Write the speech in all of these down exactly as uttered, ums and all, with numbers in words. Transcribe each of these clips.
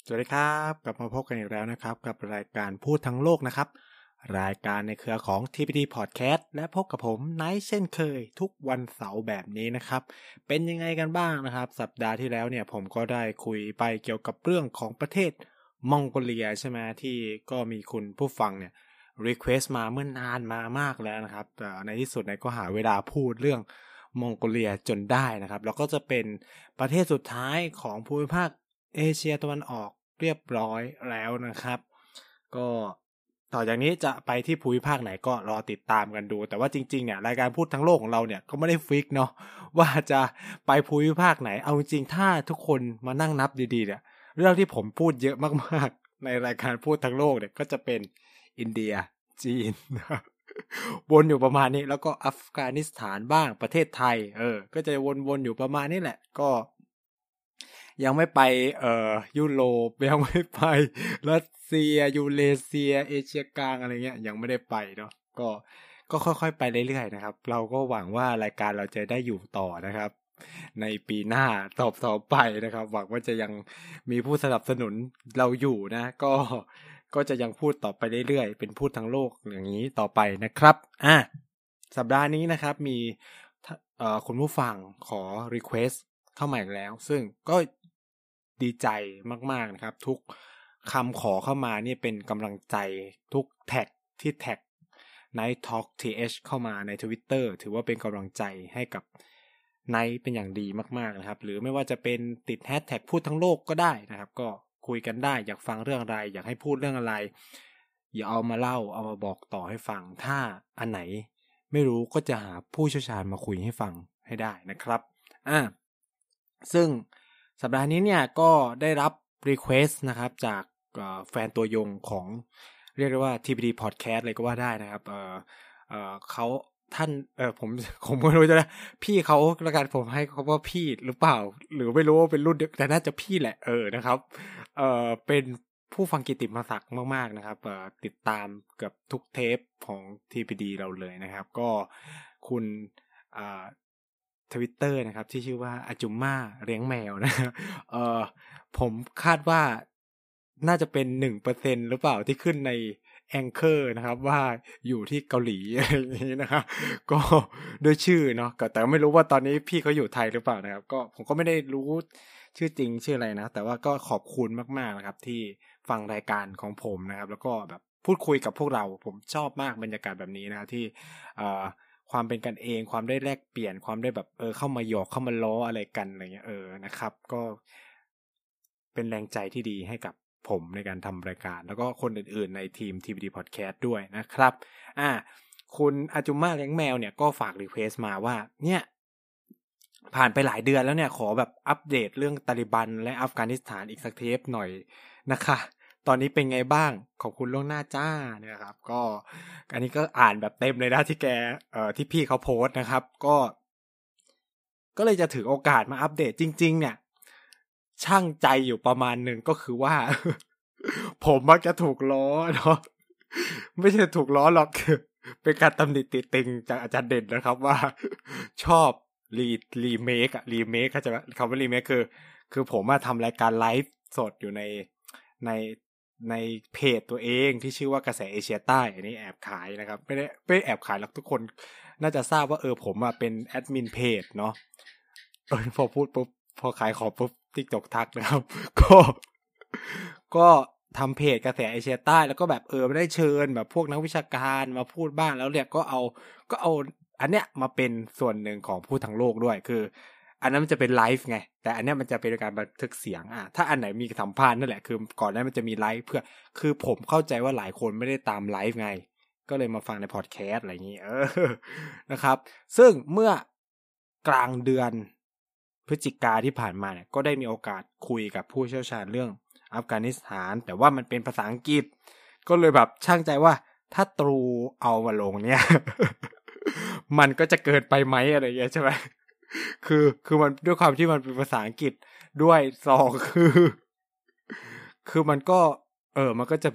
สวัสดีครับกลับมาพบกันอีกแล้วนะครับกับรายการพูดทั้งโลกนะครับรายการในเครือของ ที พี ดี Podcast และพบกับผมไนท์เช่นเคยทุกวันเสาร์แบบนี้นะครับเป็นยังไงกันบ้างนะครับสัปดาห์ที่แล้วเนี่ยผมก็ได้คุยไปเกี่ยวกับเรื่องของประเทศมองโกเลียใช่ไหมที่ก็มีคุณผู้ฟังเนี่ยรีเควสต์มาเมื่อนานมามากแล้วนะครับแต่ในที่สุดเนี่ยก็หาเวลาพูดเรื่องมองโกเลียจนได้นะครับแล้วก็จะเป็นประเทศสุดท้ายของภูมิภาคเอเชียตะวันออกเรียบร้อยแล้วนะครับก็ต่อจากนี้จะไปที่ภูมิภาคไหนก็รอติดตามกันดูแต่ว่าจริงๆเนี่ยรายการพูดทั้งโลกของเราเนี่ยก็ไม่ได้ฟิกเนาะว่าจะไปภูมิภาคไหนเอาจริงๆถ้าทุกคนมานั่งนับดีๆเนี่ยเรื่องที่ผมพูดเยอะมากๆในรายการพูดทั้งโลกเนี่ยก็จะเป็นอินเดียจีนวนอยู่ประมาณนี้แล้วก็อัฟกานิสถานบ้างประเทศไทยเออก็จะวนๆอยู่ประมาณนี้แหละก็ยังไม่ไปเอ่อยุโรปยังไม่ไปรัสเซียยูเรเซียเอเชียกลางอะไรเงี้ยยังไม่ได้ไปเนาะก็ก็ค่อยๆไปเรื่อยๆนะครับเราก็หวังว่ารายการเราจะได้อยู่ต่อนะครับในปีหน้าต่อต่อไปนะครับหวังว่าจะยังมีผู้สนับสนุนเราอยู่นะก็ก็จะยังพูดต่อไปเรื่อยๆเป็นพูดทั้งโลกอย่างนี้ต่อไปนะครับอ่ะสัปดาห์นี้นะครับมีเอ่อคุณผู้ฟังขอ request เข้ามาอีกแล้วซึ่งก็ดีใจมากๆนะครับทุกคำขอเข้ามานี่เป็นกำลังใจทุกแท็กที่แท็ก Night Talk ที เอช เข้ามาใน Twitter ถือว่าเป็นกำลังใจให้กับ Night เป็นอย่างดีมากๆนะครับหรือไม่ว่าจะเป็นติดแฮชแท็กพูดทั้งโลกก็ได้นะครับก็คุยกันได้อยากฟังเรื่องอะไรอยากให้พูดเรื่องอะไรอย่าเอามาเล่าเอามาบอกต่อให้ฟังถ้าอันไหนไม่รู้ก็จะหาผู้เชี่ยวชาญมาคุยให้ฟังให้ได้นะครับอ่าซึ่งสัปดาห์นี้เนี่ยก็ได้รับ request นะครับจากแฟนตัวยงของเรียกได้ว่า ที พี ดี Podcast เลยก็ว่าได้นะครับเออเออเขาท่านเออผมผมไม่รู้จะนะพี่เขาละกันผมให้เขาว่าพี่หรือเปล่าหรือไม่รู้ว่าเป็นรุ่นแต่น่าจะพี่แหละเออนะครับเออเป็นผู้ฟังกิตติมศักดิ์มากๆนะครับเออติดตามเกือบทุกเทปของ ที พี ดี เราเลยนะครับก็คุณอ่าTwitter นะครับที่ชื่อว่าอาจุมม่าเลี้ยงแมวนะเออผมคาดว่าน่าจะเป็น หนึ่งเปอร์เซ็นต์ หรือเปล่าที่ขึ้นใน Anchor นะครับว่าอยู่ที่เกาหลีอะไรอย่างนี้นะครับก็ด้วยชื่อเนาะแต่ไม่รู้ว่าตอนนี้พี่เขาอยู่ไทยหรือเปล่านะครับก็ผมก็ไม่ได้รู้ชื่อจริงชื่ออะไรนะแต่ว่าก็ขอบคุณมากๆนะครับที่ฟังรายการของผมนะครับแล้วก็แบบพูดคุยกับพวกเราผมชอบมากบรรยากาศแบบนี้นะครับที่เอ่อความเป็นกันเองความได้แลกเปลี่ยนความได้แบบเออเข้ามาหยอกเข้ามาล้ออะไรกันอะไรเงี้ยเออนะครับก็เป็นแรงใจที่ดีให้กับผมในการทำรายการแล้วก็คนอื่นๆในทีม ที พี ดี Podcast ด้วยนะครับอ่าคุณอาจุม่าเลี้ยงแมวเนี่ยก็ฝากรีเควสต์มาว่าเนี่ยผ่านไปหลายเดือนแล้วเนี่ยขอแบบอัปเดตเรื่องตาลิบันและอัฟกานิสถานอีกสักเทปหน่อยนะคะตอนนี้เป็นไงบ้างขอบคุณล่วงหน้าจ้าเนี่ยครับก็อันนี้ก็อ่านแบบเต็มเลยนะที่แกเอ่อที่พี่เขาโพสต์นะครับก็ก็เลยจะถือโอกาสมาอัปเดตจริงๆเนี่ยช่างใจอยู่ประมาณหนึ่งก็คือว่า ผมมักจะถูกล้อเนาะไม่ใช่ถูกล้อหรอกคือเป็นการตำหนิติติงจากอาจารย์เด่นนะครับว่าชอบรีรีเมคอะรีเมคเข้าใจไหมคำว่ารีเมคคือคือผมมาทำรายการไลฟ์สดอยู่ในในในเพจตัวเองที่ชื่อว่ากระแสเอเชียใต้อันนี้แอบขายนะครับไม่ได้ไม่แอบขายหรอกทุกคนน่าจะทราบว่าเออผมอะเป็นแอดมินเพจเนาะเออพอพูดปุ๊บพอขายของปุ๊บติ๊กตอกทักนะครับก็ก็ทำเพจกระแสเอเชียใต้แล้วก็แบบเออไม่ได้เชิญแบบพวกนักวิชาการมาพูดบ้างแล้วเนี่ยก็เอาก็เอาอันเนี้ยมาเป็นส่วนหนึ่งของพูดทั้งโลกด้วยคืออันนั้นมันจะเป็นไลฟ์ไงแต่อันเนี้ยมันจะเป็นการบันทึกเสียงอ่ะถ้าอันไหนมีสัมภาษณ์นั่นแหละคือก่อนหน้ามันจะมีไลฟ์เพื่อคือผมเข้าใจว่าหลายคนไม่ได้ตามไลฟ์ไงก็เลยมาฟังในพอดแคสต์อะไรอย่างนี้เออนะครับซึ่งเมื่อกลางเดือนพฤศจิกาที่ผ่านมาเนี่ยก็ได้มีโอกาสคุยกับผู้เชี่ยวชาญเรื่องอัฟกานิสถานแต่ว่ามันเป็นภาษาอังกฤษก็เลยแบบช่างใจว่าถ้าตรูเอามาลงเนี่ย มันก็จะเกินไปไหมอะไรอย่างเงี้ยใช่ไหมคือคือมันด้วยความที่มันเป็นภาษาอังกฤษด้วยสองคือคือมันก็เออมันก็จะแบบ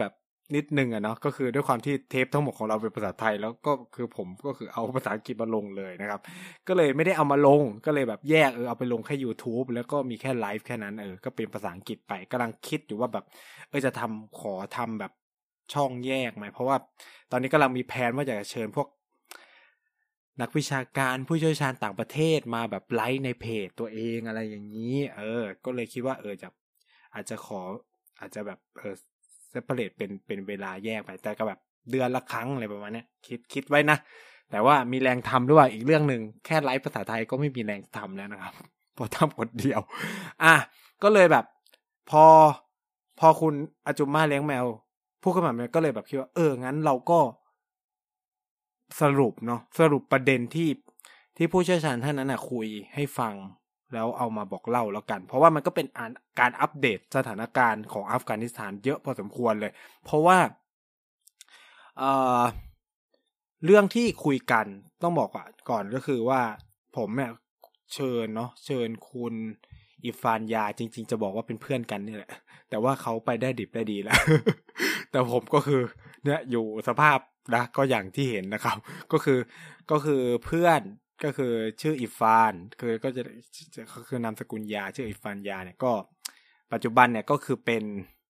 นิดนึงอะเนาะก็คือด้วยความที่เทปทั้งหมดของเราเป็นภาษาไทยแล้วก็คือผมก็คือเอาภาษาอังกฤษมาลงเลยนะครับก็เลยไม่ได้เอามาลงก็เลยแบบแยกเออเอาไปลงแค่ YouTube แล้วก็มีแค่ไลฟ์แค่นั้นเออก็เป็นภาษาอังกฤษไปกำลังคิดอยู่ว่าแบบเออจะทำขอทำแบบช่องแยกไหมเพราะว่าตอนนี้กำลังมีแผนว่าอยากจะเชิญพวกนักวิชาการผู้เชี่ยวชาญต่างประเทศมาแบบไลฟ์ในเพจตัวเองอะไรอย่างนี้เออก็เลยคิดว่าเออจะอาจจะขออาจจะแบบเออเซปเปอเรตเป็นเป็นเวลาแยกไปแต่ก็แบบเดือนละครั้งอะไรประมาณนี้คิดคิดไว้นะแต่ว่ามีแรงทำด้วยอีกเรื่องหนึ่งแค่ไลฟ์ภาษาไทยก็ไม่มีแรงทำแล้วนะครับพอทำคนเดียวอ่ะก็เลยแบบพอพอคุณอาจุมมาเลี้ยงแมวพูดขึ้นมาก็เลยแบบคิดว่าเอองั้นเราก็สรุปเนาะสรุปประเด็นที่ที่ผู้เชี่ยวชาญท่านนั้นนะคุยให้ฟังแล้วเอามาบอกเล่าแล้วกันเพราะว่ามันก็เป็นการอัปเดตสถานการณ์ของอัฟกานิสถานเยอะพอสมควรเลยเพราะว่าเอ่อเรื่องที่คุยกันต้องบอกก่อนก็คือว่าผมเนี่ยเชิญเนาะเชิญคุณอิฟานยาจริงๆจะบอกว่าเป็นเพื่อนกันนี่แหละแต่ว่าเขาไปได้ดิบได้ดีแล้ว แต่ผมก็คือเนี่ยอยู่สภาพนะก็อย่างที่เห็นนะครับก็คือก็คือเพื่อนก็คือชื่ออิฟานคือก็จะก็คือนามสกุลยาชื่ออิฟานยาเนี่ยก็ปัจจุบันเนี่ยก็คือเป็น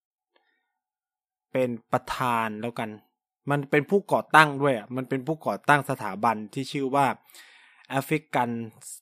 เป็นประธานแล้วกันมันเป็นผู้ก่อตั้งด้วยอ่ะมันเป็นผู้ก่อตั้งสถาบันที่ชื่อว่า African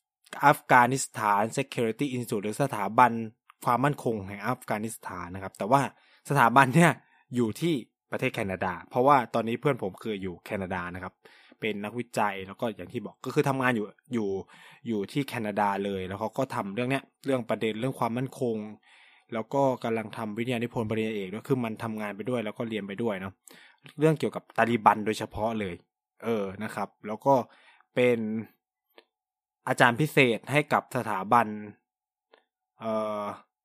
Afghanistan Security Institute หรือสถาบันความมั่นคงแห่งอัฟกานิสถานนะครับแต่ว่าสถาบันเนี่ยอยู่ที่ประเทศแคนาดาเพราะว่าตอนนี้เพื่อนผมคืออยู่แคนาดานะครับเป็นนักวิจัยแล้วก็อย่างที่บอกก็คือทำงานอยู่อยู่อยู่ที่แคนาดาเลยแล้วเขาก็ทำเรื่องเนี้ยเรื่องประเด็นเรื่องความมั่นคงแล้วก็กำลังทำวิทยานิพนธ์ปริญญาเอกด้วยคือมันทำงานไปด้วยแล้วก็เรียนไปด้วยเนาะเรื่องเกี่ยวกับตาลิบันโดยเฉพาะเลยเออนะครับแล้วก็เป็นอาจารย์พิเศษให้กับสถาบันเอ่อ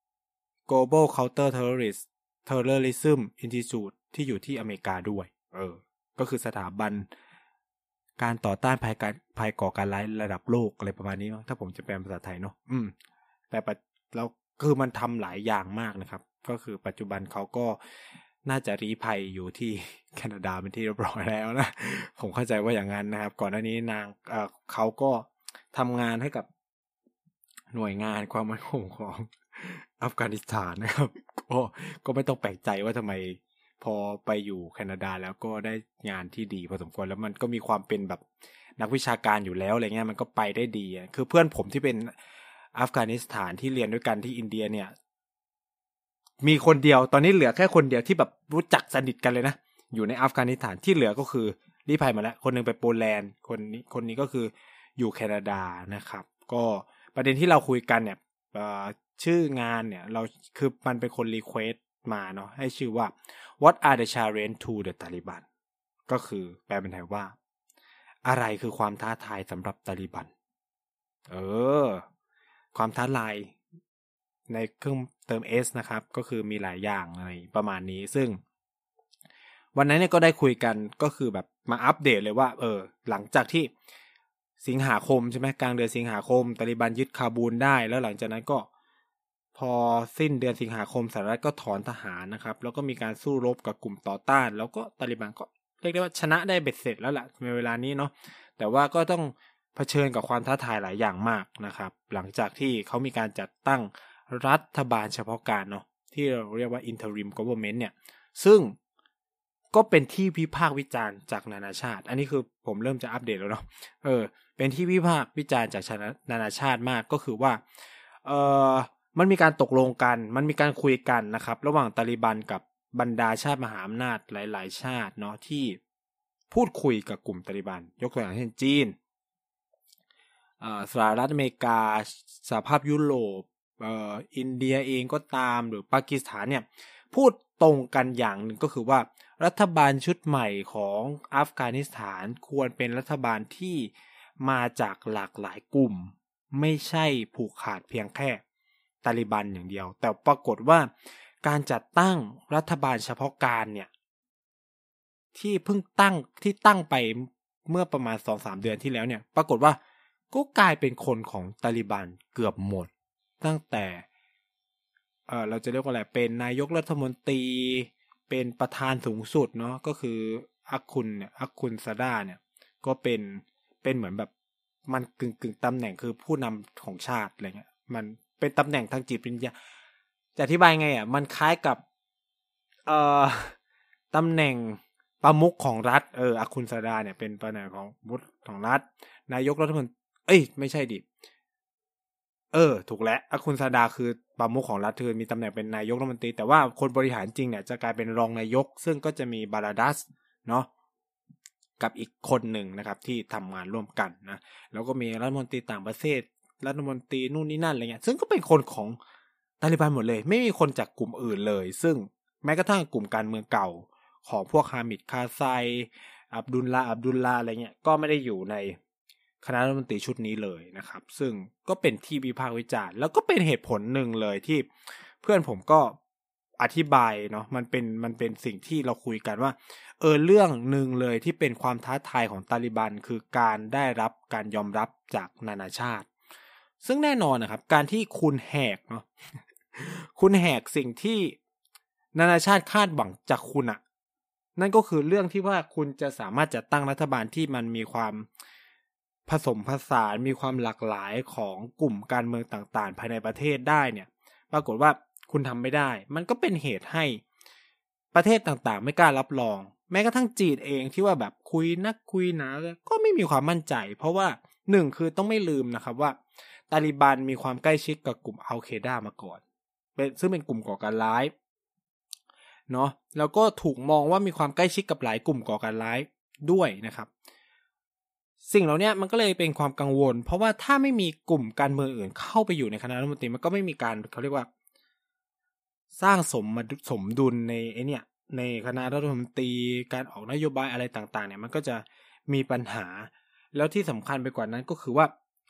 Global Counter Terrorist Terrorism Institute ที่อยู่ที่อเมริกาด้วยเออก็คือสถาบันการต่อต้านภัยการภัยก่อการร้ายระดับโลกอะไรประมาณนี้ถ้าผมจะแปลภาษาไทยเนาะอืมแต่แล้วคือมันทำหลายอย่างมากนะครับก็คือปัจจุบันเขาก็น่าจะลี้ภัยอยู่ที่แคนาดาเป็นที่เรียบร้อยแล้วนะผมเข้าใจว่าอย่างนั้นนะครับก่อนหน้านี้นางเอ่อเขาก็ทำงานให้กับหน่วยงานความมั่นคงของอัฟกานิสถานนะครับก็ก็ไม่ต้องแปลกใจว่าทำไมพอไปอยู่แคนาดาแล้วก็ได้งานที่ดีพอสมควรแล้วมันก็มีความเป็นแบบนักวิชาการอยู่แล้วอะไรเงี้ยมันก็ไปได้ดีคือเพื่อนผมที่เป็นอัฟกานิสถานที่เรียนด้วยกันที่อินเดียเนี่ยมีคนเดียวตอนนี้เหลือแค่คนเดียวที่แบบรู้จักสนิทกันเลยนะอยู่ในอัฟกานิสถานที่เหลือก็คือลี้ภัยมาแล้วคนนึงไปโปแลนด์คนนี้คนนี้ก็คืออยู่แคนาดานะครับก็ประเด็นที่เราคุยกันเนี่ยชื่องานเนี่ยเราคือมันเป็นคนรีเควสต์มาเนาะให้ชื่อว่า What are the challenge to the Taliban ก็คือแปลเป็นไทยว่าอะไรคือความท้าทายสำหรับตาลิบันเออความท้าทายในเครื่องเติม S นะครับก็คือมีหลายอย่างอะไรประมาณนี้ซึ่งวันนั้นเนี่ยก็ได้คุยกันก็คือแบบมาอัปเดตเลยว่าเออหลังจากที่สิงหาคมใช่ไหมกลางเดือนสิงหาคมตาลิบันยึดคาบูลได้แล้วหลังจากนั้นก็พอสิ้นเดือนสิงหาคมสหรัฐก็ถอนทหารนะครับแล้วก็มีการสู้รบกับกลุ่มต่อต้านแล้วก็ตาลิบันก็เรียกได้ว่าชนะได้เบ็ดเสร็จแล้วล่ะในเวลานี้เนาะแต่ว่าก็ต้องเผชิญกับความท้าทายหลายอย่างมากนะครับหลังจากที่เขามีการจัดตั้งรัฐบาลเฉพาะการเนาะที่เราเรียกว่า interim government เนี่ยซึ่งก็เป็นที่วิพากษ์วิจารณ์จากนานาชาติอันนี้คือผมเริ่มจะอัปเดตแล้วเนาะเออเป็นที่วิพากษ์วิจารณ์จากนานาชาติมากก็คือว่าเออมันมีการตกลงกันมันมีการคุยกันนะครับระหว่างตาลิบันกับบรรดาชาติมหาอำนาจหลายๆชาติเนาะที่พูดคุยกับกลุ่มตาลิบันยกตัวอย่างเช่นจีนสหรัฐอเมริกาสหภาพยุโรปเอ่ออินเดียเองก็ตามหรือปากีสถานเนี่ยพูดตรงกันอย่างหนึ่งก็คือว่ารัฐบาลชุดใหม่ของอัฟกานิสถานควรเป็นรัฐบาลที่มาจากหลากหลายกลุ่มไม่ใช่ผูกขาดเพียงแค่ตาลิบันอย่างเดียวแต่ปรากฏว่าการจัดตั้งรัฐบาลเฉพาะการเนี่ยที่เพิ่งตั้งที่ตั้งไปเมื่อประมาณ สองถึงสาม เดือนที่แล้วเนี่ยปรากฏว่าก็กลายเป็นคนของตาลิบันเกือบหมดตั้งแต่เอ่อเราจะเรียกว่าอะไรเป็นนายกรัฐมนตรีเป็นประธานสูงสุดเนาะก็คืออักคุนเนี่ยอักคุนซาดาเนี่ยก็เป็นเป็นเหมือนแบบมันกึ่งกึ่งตำแหน่งคือผู้นำของชาติอะไรเงี้ยมันเป็นตำแหน่งทางจิตวิญญาณจะอธิบายไงอ่ะมันคล้ายกับเอ่อตำแหน่งประมุขของรัฐเอออักคุนซาดาเนี่ยเป็นตำแหน่งของมุขของรัฐนายกรัฐมนตรีเอ้ยไม่ใช่ดิเออถูกแล้วอักคุนซาดาคือประมุขของรัฐคือมีตำแหน่งเป็นนายกรัฐมนตรีแต่ว่าคนบริหารจริงเนี่ยจะกลายเป็นรองนายกซึ่งก็จะมีบาราดัสเนาะกับอีกคนหนึ่งนะครับที่ทำงานร่วมกันนะแล้วก็มีรัฐมนตรีต่างประเทศรัฐมนตรีนู่นนี่นั่นอะไรเงี้ยซึ่งก็เป็นคนของตาลิบันหมดเลยไม่มีคนจากกลุ่มอื่นเลยซึ่งแม้กระทั่งกลุ่มการเมืองเก่าของพวกฮามิดคาไซอับดุลลาอับดุลลาอะไรเงี้ยก็ไม่ได้อยู่ในคณะรัฐมนตรีชุดนี้เลยนะครับซึ่งก็เป็นที่วิพากษ์วิจารณ์แล้วก็เป็นเหตุผลหนึ่งเลยที่เพื่อนผมก็อธิบายเนาะมันเป็นมันเป็นสิ่งที่เราคุยกันว่าเออเรื่องหนึ่งเลยที่เป็นความท้าทายของตาลิบันคือการได้รับการยอมรับจากนานาชาติซึ่งแน่นอนนะครับการที่คุณแหกเนาะ คุณแหกสิ่งที่นานาชาติคาดหวังจากคุณอะนั่นก็คือเรื่องที่ว่าคุณจะสามารถจัดตั้งรัฐบาลที่มันมีความผสมผสานมีความหลากหลายของกลุ่มการเมืองต่างๆภายในประเทศได้เนี่ยปรากฏว่าคุณทำไม่ได้มันก็เป็นเหตุให้ประเทศต่างๆไม่กล้ารับรองแม้กระทั่งจีนเองที่ว่าแบบคุยนักคุยหนาก็ไม่มีความมั่นใจเพราะว่าหนึ่งคือต้องไม่ลืมนะครับว่าตาลิบันมีความใกล้ชิดกับกลุ่มอัลเคด้ามาก่อนเป็นซึ่งเป็นกลุ่มก่อการร้ายเนาะแล้วก็ถูกมองว่ามีความใกล้ชิดกับหลายกลุ่มก่อการร้ายด้วยนะครับสิ่งเหล่านี้มันก็เลยเป็นความกังวลเพราะว่าถ้าไม่มีกลุ่มการเมืองอื่นเข้าไปอยู่ในคณะรัฐมนตรีมันก็ไม่มีการเขาเรียกว่าสร้างสมสมดุลในไอเนี่ยในคณะรัฐมนตรีการออกนโยบายอะไรต่างๆเนี่ยมันก็จะมีปัญหาแล้วที่สำคัญไปกว่านั้นก็คือว่า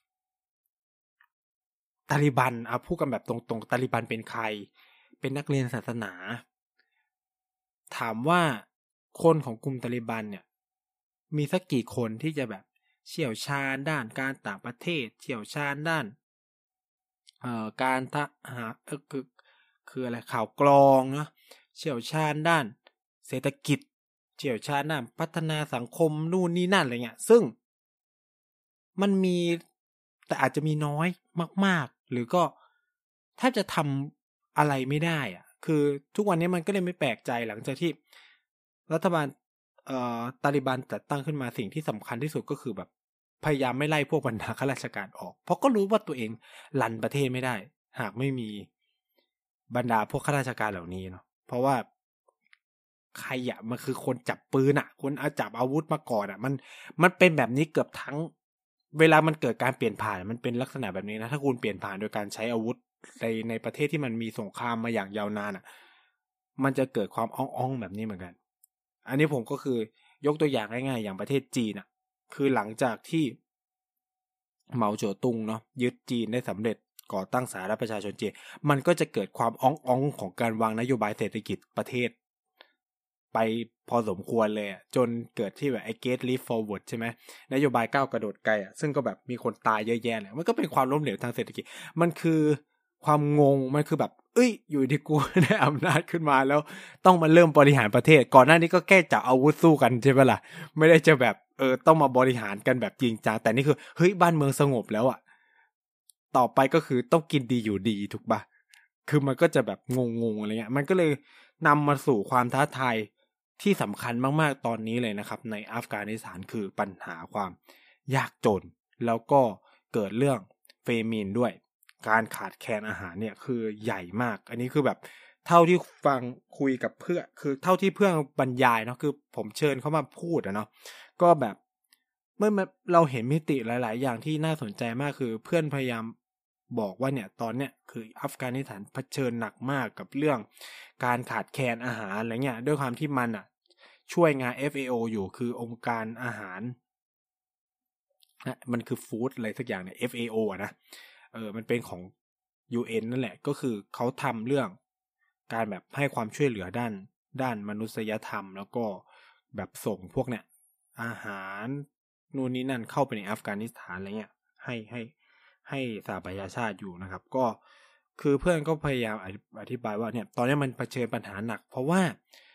ตาลิบันเอาพูดกันแบบตรงๆตาลิบันเป็นใครเป็นนักเรียนศาสนาถามว่าคนของกลุ่มตาลิบันเนี่ยมีสักกี่คนที่จะแบบเชี่ยวชาญด้านการต่างประเทศเชี่ยวชาญด้านเอ่อการทหารเออคือคืออะไรข่าวกรองเนาะเชี่ยวชาญด้านเศรษฐกิจเชี่ยวชาญด้านพัฒนาสังคมนู่นนี่นั่นอะไรเงี้ยซึ่งมันมีแต่อาจจะมีน้อยมากๆหรือก็แทบจะทำอะไรไม่ได้อะคือทุกวันนี้มันก็เลยไม่แปลกใจหลังจากที่รัฐบาลเอ่อตาลิบันจัดตั้งขึ้นมาสิ่งที่สำคัญที่สุดก็คือแบบพยายามไม่ไล่พวกบรรดาข้าราชการออกเพราะก็รู้ว่าตัวเองรันประเทศไม่ได้หากไม่มีบรรดาพวกข้าราชการเหล่านี้เนาะเพราะว่าใครอะมันคือคนจับปืนอะคนเอาจับอาวุธมาก่อนอะมันมันเป็นแบบนี้เกือบทั้งเวลามันเกิดการเปลี่ยนผ่านมันเป็นลักษณะแบบนี้นะถ้าคุณเปลี่ยนผ่านโดยการใช้อาวุธในในประเทศที่มันมีสงครามมาอย่างยาวนานอ่ะมันจะเกิดความอ้องๆแบบนี้เหมือนกันอันนี้ผมก็คือยกตัวอย่างง่ายๆอย่างประเทศจีนอ่ะคือหลังจากที่เหมาโจ๋อตุงเนาะยึดจีนได้สำเร็จก่อตั้งสาธารณรัฐประชาชนจีนมันก็จะเกิดความอ้องๆของการวางนโยบายเศรษฐกิจประเทศไปพอสมควรเลยจนเกิดที่แบบไอ้ Great Leap Forward ใช่ไหมนโยบายก้าวกระโดดไกลอ่ะซึ่งก็แบบมีคนตายเยอะแยะเลยมันก็เป็นความล้มเหลวทางเศรษฐกิจมันคือความงงมันคือแบบเอ้ยอยู่ดีกูได้อำนาจขึ้นมาแล้วต้องมาเริ่มบริหารประเทศก่อนหน้านี้ก็แค่จับอาวุธสู้กันใช่ไหมล่ะไม่ได้จะแบบเออต้องมาบริหารกันแบบจริงจังแต่นี่คือเฮ้ยบ้านเมืองสงบแล้วอ่ะต่อไปก็คือต้องกินดีอยู่ดีถูกปะคือมันก็จะแบบงงๆอะไรเงี้ยมันก็เลยนำมาสู่ความท้าทายที่สำคัญมากๆตอนนี้เลยนะครับในอัฟกานิสถานคือปัญหาความยากจนแล้วก็เกิดเรื่องเฟมินด้วยการขาดแคลนอาหารเนี่ยคือใหญ่มากอันนี้คือแบบเท่าที่ฟังคุยกับเพื่อนคือเท่าที่เพื่อนบรรยายเนาะคือผมเชิญเขามาพูดอะเนาะก็แบบเมื่อเราเห็นมิติหลายๆอย่างที่น่าสนใจมากคือเพื่อนพยายามบอกว่าเนี่ยตอนเนี้ยคืออัฟกานิสถานเผชิญหนักมากกับเรื่องการขาดแคลนอาหารอะไรเงี้ยด้วยความที่มันอ่ะช่วยงาน เอฟ เอ โอ อยู่คือองค์การอาหารนะมันคือฟู้ดอะไรสักอย่างเนี่ย เอฟ เอ โอ อ่ะนะเออมันเป็นของ ยู เอ็น นั่นแหละก็คือเขาทำเรื่องการแบบให้ความช่วยเหลือด้านด้านมนุษยธรรมแล้วก็แบบส่งพวกเนี่ยอาหารนู่นนี่นั่นเข้าไปในอัฟกานิสถานอะไรเงี้ยให้ให้ให้สหประชาชาติอยู่นะครับก็คือเพื่อนก็พยายามอธิบายว่าเนี่ยตอนนี้มันเผชิญปัญหาหนักเพราะว่า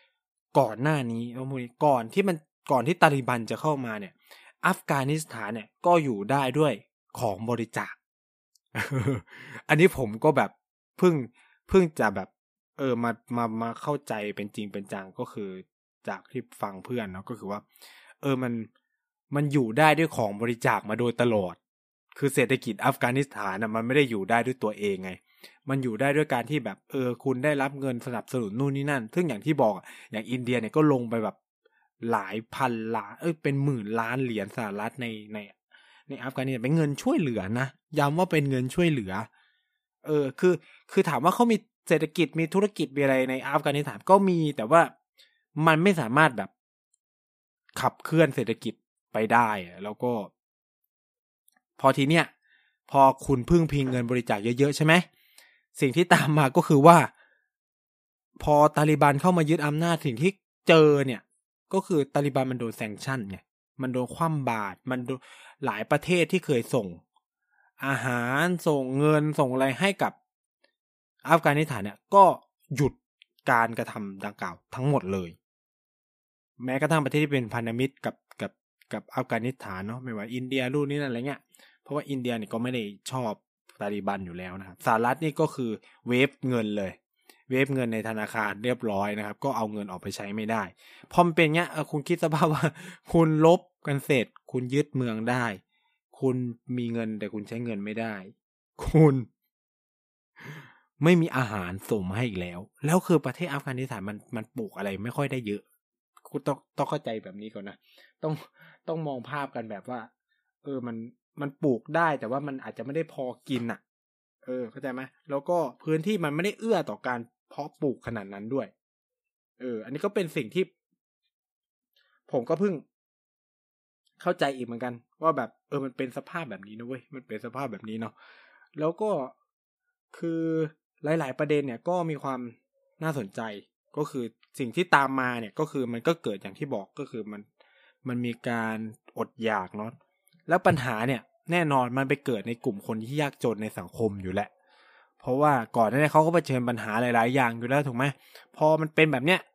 ก่อนหน้านี้ก่อนที่มันก่อนที่ตาลิบันจะเข้ามาเนี่ยอัฟกานิสถานเนี่ยก็อยู่ได้ด้วยของบริจาค อันนี้ผมก็แบบเพิ่งเพิ่งจะแบบเออมามามาเข้าใจเป็นจริงเป็นจังก็คือจากที่ฟังเพื่อนเนาะก็คือว่าเออมันมันอยู่ได้ด้วยของบริจาคมาโดยตลอดคือเศรษฐกิจอัฟกานิสถานนะมันไม่ได้อยู่ได้ด้วยตัวเองไงมันอยู่ได้ด้วยการที่แบบเออคุณได้รับเงินสนับสนุนนู่นนี่นั่นซึ่งอย่างที่บอกอย่างอินเดียเนี่ยก็ลงไปแบบหลายพันล้านเอ้ยเป็นหมื่นล้านเหรียญสหรัฐในในในอัฟกานิสถานเป็นเงินช่วยเหลือนะย้ำว่าเป็นเงินช่วยเหลือเออคือคือถามว่าเขามีเศรษฐกิจมีธุรกิจมีอะไรในอัฟกานิสถานก็มีแต่ว่ามันไม่สามารถแบบขับเคลื่อนเศรษฐกิจไปได้แล้วก็พอทีเนี้ยพอคุณพึ่งพิงเงินบริจาคเยอะๆใช่ไหมสิ่งที่ตามมาก็คือว่าพอตาลิบันเข้ามายึดอำนาจสิ่งที่เจอเนี่ยก็คือตาลิบันมันโดนแซงชั่นไงมันโดนคว่ำบาตรมันโดนหลายประเทศที่เคยส่งอาหารส่งเงินส่งอะไรให้กับอัฟกานิสถานเนี่ยก็หยุดการกระทำดังกล่าวทั้งหมดเลยแม้กระทั่งประเทศที่เป็นพันธมิตรกับกับกับอัฟกานิสถานเนาะไม่ว่าอินเดียรุ่นนี้นั่นอะไรเงี้ยเพราะว่าอินเดียเนี่ยก็ไม่ได้ชอบตาลิบันอยู่แล้วนะครับสหรัฐนี่ก็คือเวฟเงินเลยเวฟเงินในธนาคารเรียบร้อยนะครับก็เอาเงินออกไปใช้ไม่ได้พอมันเป็นเงี้ยคุณคิดสภาพว่าคุณลบกันเสร็จคุณยึดเมืองได้คุณมีเงินแต่คุณใช้เงินไม่ได้คุณไม่มีอาหารส่งมาให้อีกแล้วแล้วคือประเทศอัฟกานิสถานมันมันปลูกอะไรไม่ค่อยได้เยอะคุณต้องต้องเข้าใจแบบนี้ก่อนนะต้องต้องมองภาพกันแบบว่าเออมันมันปลูกได้แต่ว่ามันอาจจะไม่ได้พอกินอ่ะเออเข้าใจไหมแล้วก็พื้นที่มันไม่ได้เอื้อต่อการเพาะปลูกขนาดนั้นด้วยเอออันนี้ก็เป็นสิ่งที่ผมก็เพิ่งเข้าใจอีกเหมือนกันว่าแบบเออมันเป็นสภาพแบบนี้นะเว้ยมันเป็นสภาพแบบนี้เนาะแล้วก็คือหลายๆประเด็นเนี่ยก็มีความน่าสนใจก็คือสิ่งที่ตามมาเนี่ยก็คือมันก็เกิดอย่างที่บอกก็คือมันมันมีการอดอยากเนาะแล้วปัญหาเนี่ยแน่นอนมันไปเกิดในกลุ่มคนที่ยากจนในสังคมอยู่แหละเพราะว่าก่อนหน้านี้เขาก็เผชิญปัญหาหลายๆอย่างอยู่แล้วถูกไหมพอมันเป็นแบบเนี้ย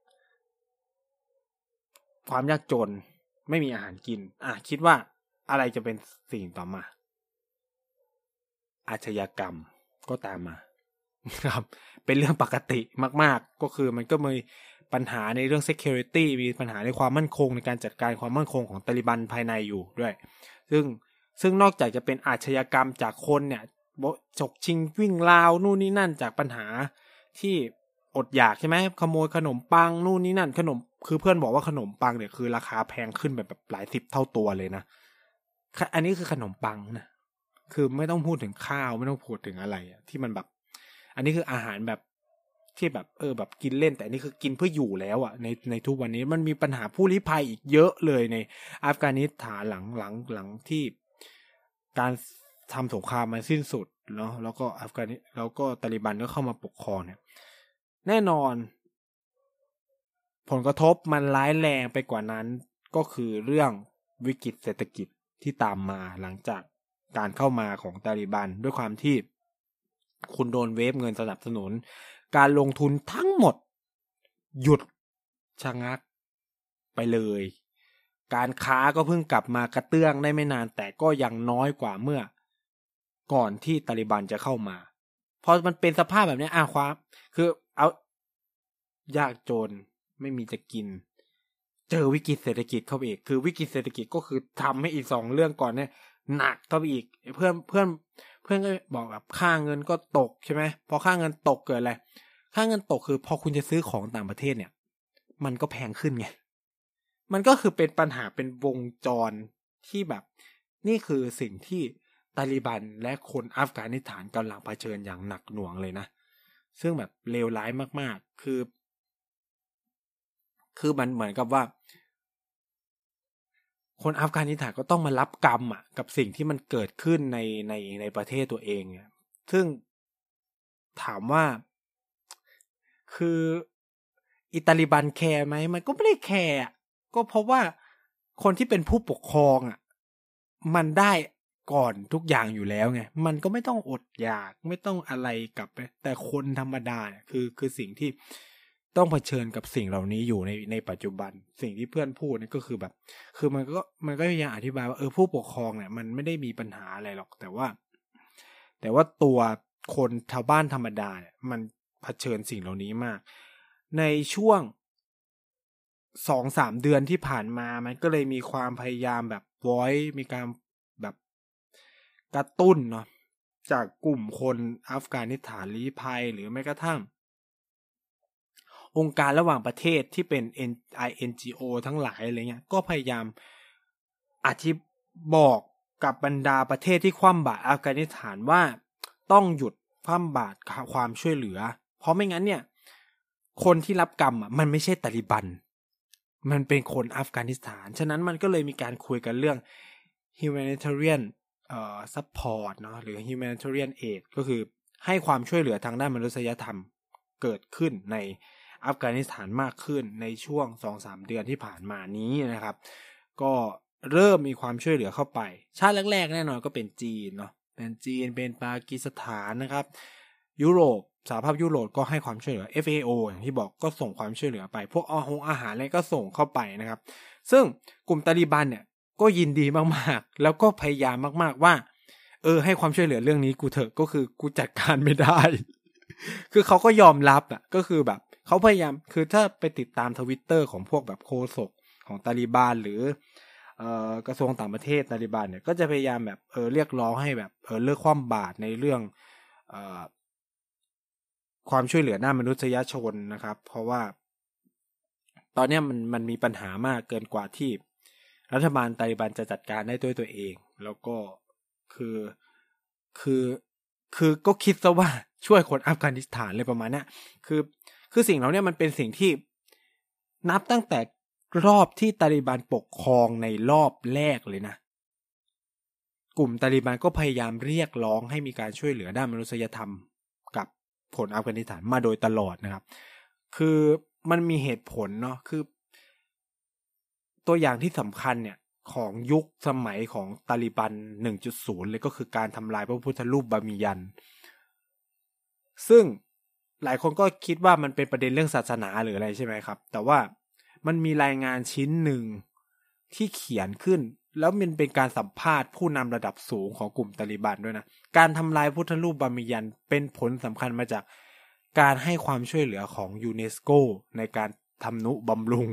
ความยากจนไม่มีอาหารกินอ่ะคิดว่าอะไรจะเป็นสิ่งต่อมาอาชญากรรมก็ตามมาครับเป็นเรื่องปกติมากๆก็คือมันก็มีปัญหาในเรื่อง security มีปัญหาในความมั่นคงในการจัดการความมั่นคงของตาลิบันภายในอยู่ด้วยซึ่งซึ่งนอกจากจะเป็นอาชญากรรมจากคนเนี่ยฉกชิงวิ่งราวนู่นนี่นั่นจากปัญหาที่อดอยากใช่ไหมขโมยขนมปังนู่นนี่นั่นขนมคือเพื่อนบอกว่าขนมปังเนี่ยคือราคาแพงขึ้นแบบแบบหลายสิบเท่าตัวเลยนะอันนี้คือขนมปังนะคือไม่ต้องพูดถึงข้าวไม่ต้องพูดถึงอะไรอะที่มันแบบอันนี้คืออาหารแบบที่แบบเออแบบกินเล่นแต่อันนี้คือกินเพื่ออยู่แล้วอ่ะในในทุกวันนี้มันมีปัญหาผู้ลี้ภัยอีกเยอะเลยในอัฟกานิสถานหลังหลังหลังที่การทำสงครามมันสิ้นสุดเนาะแล้วก็อัฟกานิแล้วก็ตาลิบันก็เข้ามาปกครองเนี่ยแน่นอนผลกระทบมันร้ายแรงไปกว่านั้นก็คือเรื่องวิกฤตเศรษฐกิจที่ตามมาหลังจากการเข้ามาของตาลิบันด้วยความที่คุณโดนเวฟเงินสนับสนุนการลงทุนทั้งหมดหยุดชะงักไปเลยการค้าก็เพิ่งกลับมากระเตื้องได้ไม่นานแต่ก็ยังน้อยกว่าเมื่อก่อนที่ตาลิบันจะเข้ามาพอมันเป็นสภาพแบบนี้อ่ะความคือเอายากจนไม่มีจะกินเจอวิกฤตเศรษฐกิจเข้าไปอีกคือวิกฤตเศรษฐกิจก็คือทำให้อีกสองเรื่องก่อนเนี่ยหนักเข้าไปอีกเพื่อนเพื่อนเพื่อนก็บอกแบบค่าเงินก็ตกใช่ไหมพอค่าเงินตกเกิดอะไรค่าเงินตกคือพอคุณจะซื้อของต่างประเทศเนี่ยมันก็แพงขึ้นไงมันก็คือเป็นปัญหาเป็นวงจรที่แบบนี่คือสิ่งที่ตาลิบันและคนอัฟกานิสถานกำลังเผชิญอย่างหนักหน่วงเลยนะซึ่งแบบเลวร้ายมากๆคือคือมันเหมือนกับว่าคนอัฟกานิสถานก็ต้องมารับกรรมอ่ะกับสิ่งที่มันเกิดขึ้นในในในประเทศตัวเองอ่ะซึ่งถามว่าคืออิตาลีบันแคร์ไหมมันก็ไม่ได้แคร์ก็เพราะว่าคนที่เป็นผู้ปกครองอ่ะมันได้ก่อนทุกอย่างอยู่แล้วไงมันก็ไม่ต้องอดอยากไม่ต้องอะไรกลับไปแต่คนธรรมดาเนี่ยคือคือสิ่งที่ต้องเผชิญกับสิ่งเหล่านี้อยู่ในในปัจจุบันสิ่งที่เพื่อนพูดนี่ก็คือแบบคือมันก็มันก็พยายามอธิบายว่าเออผู้ปกครองเนี่ยมันไม่ได้มีปัญหาอะไรหรอกแต่ว่าแต่ว่าตัวคนชาวบ้านธรรมดาเนี่ยมันเผชิญสิ่งเหล่านี้มากในช่วง สองสาม เดือนที่ผ่านมามันก็เลยมีความพยายามแบบ voice มีการแบบกระตุ้นเนาะจากกลุ่มคนอัฟกานิสถานลี้ภัยหรือแม้กระทั่งองค์การระหว่างประเทศที่เป็น เอ็น จี โอ ทั้งหลายอะไรเงี้ยก็พยายามอธิบอกกับบรรดาประเทศที่คว่ำบาตรอัฟกานิสถานว่าต้องหยุดคว่ำบาตรความช่วยเหลือเพราะไม่งั้นเนี่ยคนที่รับกรรมอ่ะมันไม่ใช่ตาลิบันมันเป็นคนอัฟกานิสถานฉะนั้นมันก็เลยมีการคุยกันเรื่อง humanitarian เอ่อ support เนาะหรือ humanitarian aid ก็คือให้ความช่วยเหลือทางด้านมนุษยธรรมเกิดขึ้นในอัฟกานิสถานมากขึ้นในช่วง สองสาม เดือนที่ผ่านมานี้นะครับก็เริ่มมีความช่วยเหลือเข้าไปชาติแรกๆแน่นอนก็เป็นจีนเนาะเป็นจีนเป็นปากีสถานนะครับยุโรปสหภาพยุโรปก็ให้ความช่วยเหลือ เอฟ เอ โอ อย่างที่บอกก็ส่งความช่วยเหลือไปพวกอาหงอาหารอะไรก็ส่งเข้าไปนะครับซึ่งกลุ่มตาลิบันเนี่ยก็ยินดีมากๆแล้วก็พยายามมากๆว่าเออให้ความช่วยเหลือเรื่องนี้กูเถอะก็คือกูจัดการไม่ได้ คือเขาก็ยอมรับอ่ะก็คือแบบเขาพยายามคือถ้าไปติดตาม Twitter ของพวกแบบโฆษกของตาลิบันหรือเอ่อกระทรวงต่างประเทศตาลิบันเนี่ยก็จะพยายามแบบเออเรียกร้องให้แบบเออเลิกคว่ำบาตรในเรื่องเอ่อความช่วยเหลือด้านมนุษยชนนะครับเพราะว่าตอนนี้มันมันมีปัญหามากเกินกว่าที่รัฐบาลตาลิบันจะจัดการได้ด้วยตัวเองแล้วก็คือคือคือก็คิดซะว่าช่วยคนอัฟกานิสถานเลยประมาณนี้คือคือสิ่งเหล่านี้มันเป็นสิ่งที่นับตั้งแต่รอบที่ตาลิบันปกครองในรอบแรกเลยนะกลุ่มตาลิบันก็พยายามเรียกร้องให้มีการช่วยเหลือด้านมนุษยธรรมกับคนอัฟกานิสถานมาโดยตลอดนะครับคือมันมีเหตุผลเนาะคือตัวอย่างที่สำคัญเนี่ยของยุคสมัยของตาลิบัน หนึ่งจุดศูนย์ เลยก็คือการทำลายพระพุทธรูปบามิยันซึ่งหลายคนก็คิดว่ามันเป็นประเด็นเรื่องศาสนาหรืออะไรใช่ไหมครับแต่ว่ามันมีรายงานชิ้นหนึ่งที่เขียนขึ้นแล้วมันเป็นการสัมภาษณ์ผู้นำระดับสูงของกลุ่มตาลิบันด้วยนะการทำลายพุทธรูปบามิยันเป็นผลสำคัญมาจากการให้ความช่วยเหลือของยูเนสโกในการทำนุบำรุง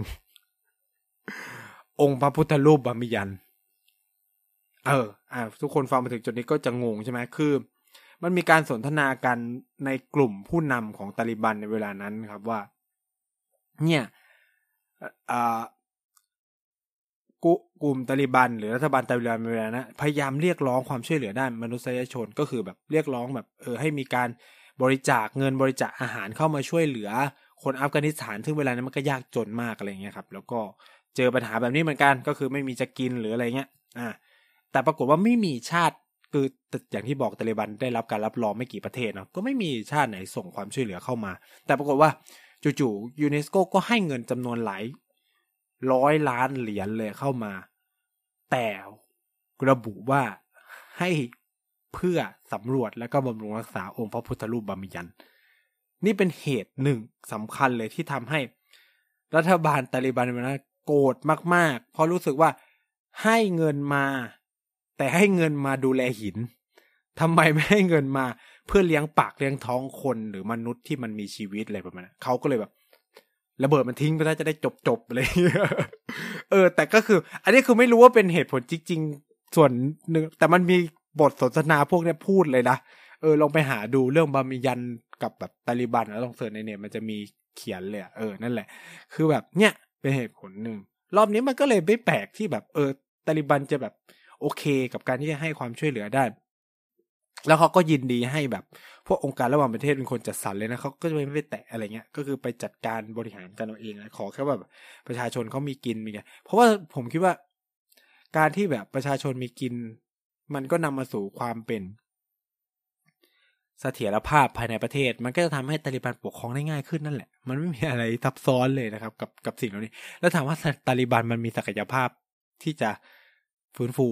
องค์พระพุทธรูปบามิยันเอออ่าทุกคนฟังมาถึงจุดนี้ก็จะงงใช่ไหมคือมันมีการสนทนากันในกลุ่มผู้นำของตาลิบันในเวลานั้นครับว่าเนี่ยอ่ากลุ่มตาลิบันหรือรัฐบาลตาลิบันในเวลานั้นพยายามเรียกร้องความช่วยเหลือด้านมนุษยชนก็คือแบบเรียกร้องแบบเออให้มีการบริจาคเงินบริจาคอาหารเข้ามาช่วยเหลือคนอัฟกานิสถานซึ่งเวลานั้นมันก็ยากจนมากอะไรเงี้ยครับแล้วก็เจอปัญหาแบบนี้เหมือนกันก็คือไม่มีจะกินหรืออะไรเงี้ยอ่าแต่ปรากฏว่าไม่มีชาติคืออย่างที่บอกตาลิบันได้รับการรับรองไม่กี่ประเทศเนาะก็ไม่มีชาติไหนส่งความช่วยเหลือเข้ามาแต่ปรากฏว่าจู่ๆยูเนสโกก็ให้เงินจำนวนหลายร้อยล้านเหรียญเลยเข้ามาแต่ระบุว่าให้เพื่อสำรวจและก็บำรุงรักษาองค์พระพุทธรูปบามิยันนี่เป็นเหตุหนึ่งสำคัญเลยที่ทำให้รัฐบาลตาลิบันนะโกรธมากๆเพราะรู้สึกว่าให้เงินมาแต่ให้เงินมาดูแลหินทำไมไม่ให้เงินมาเพื่อเลี้ยงปากเลี้ยงท้องคนหรือมนุษย์ที่มันมีชีวิตอะไรประมาณนั้นเขาก็เลยแบบระเบิดมันทิ้งไปแล้วจะได้จบๆอะไรเออแต่ก็คืออันนี้คือไม่รู้ว่าเป็นเหตุผลจริงๆส่วนหนึ่งแต่มันมีบทสนทนาพวกนี้พูดเลยนะเออลองไปหาดูเรื่องบามิยันกับแบบตาลิบันแล้วลองเสิร์ชในเน็ตมันจะมีเขียนเลยเออนั่นแหละคือแบบเนี้ยเป็นเหตุผลหนึ่งรอบนี้มันก็เลยไม่แปลกที่แบบเออตาลิบันจะแบบโอเคกับการที่จะให้ความช่วยเหลือได้แล้วเขาก็ยินดีให้แบบพวกองค์การระหว่างประเทศเป็นคนจัดสรรเลยนะเขาก็จะไม่ไปแตะอะไรเงี้ยก็คือไปจัดการบริหารกันเอาเองนะขอแค่แบบประชาชนเขามีกินมีไงเพราะว่าผมคิดว่าการที่แบบประชาชนมีกินมันก็นำมาสู่ความเป็นเสถียรภาพภายในประเทศมันก็จะทำให้ตาลิบันปกครองได้ง่ายขึ้นนั่นแหละมันไม่มีอะไรซับซ้อนเลยนะครับกับกับสิ่งเหล่านี้แล้วถามว่าตาลิบันมันมีศักยภาพที่จะฟื้นฟู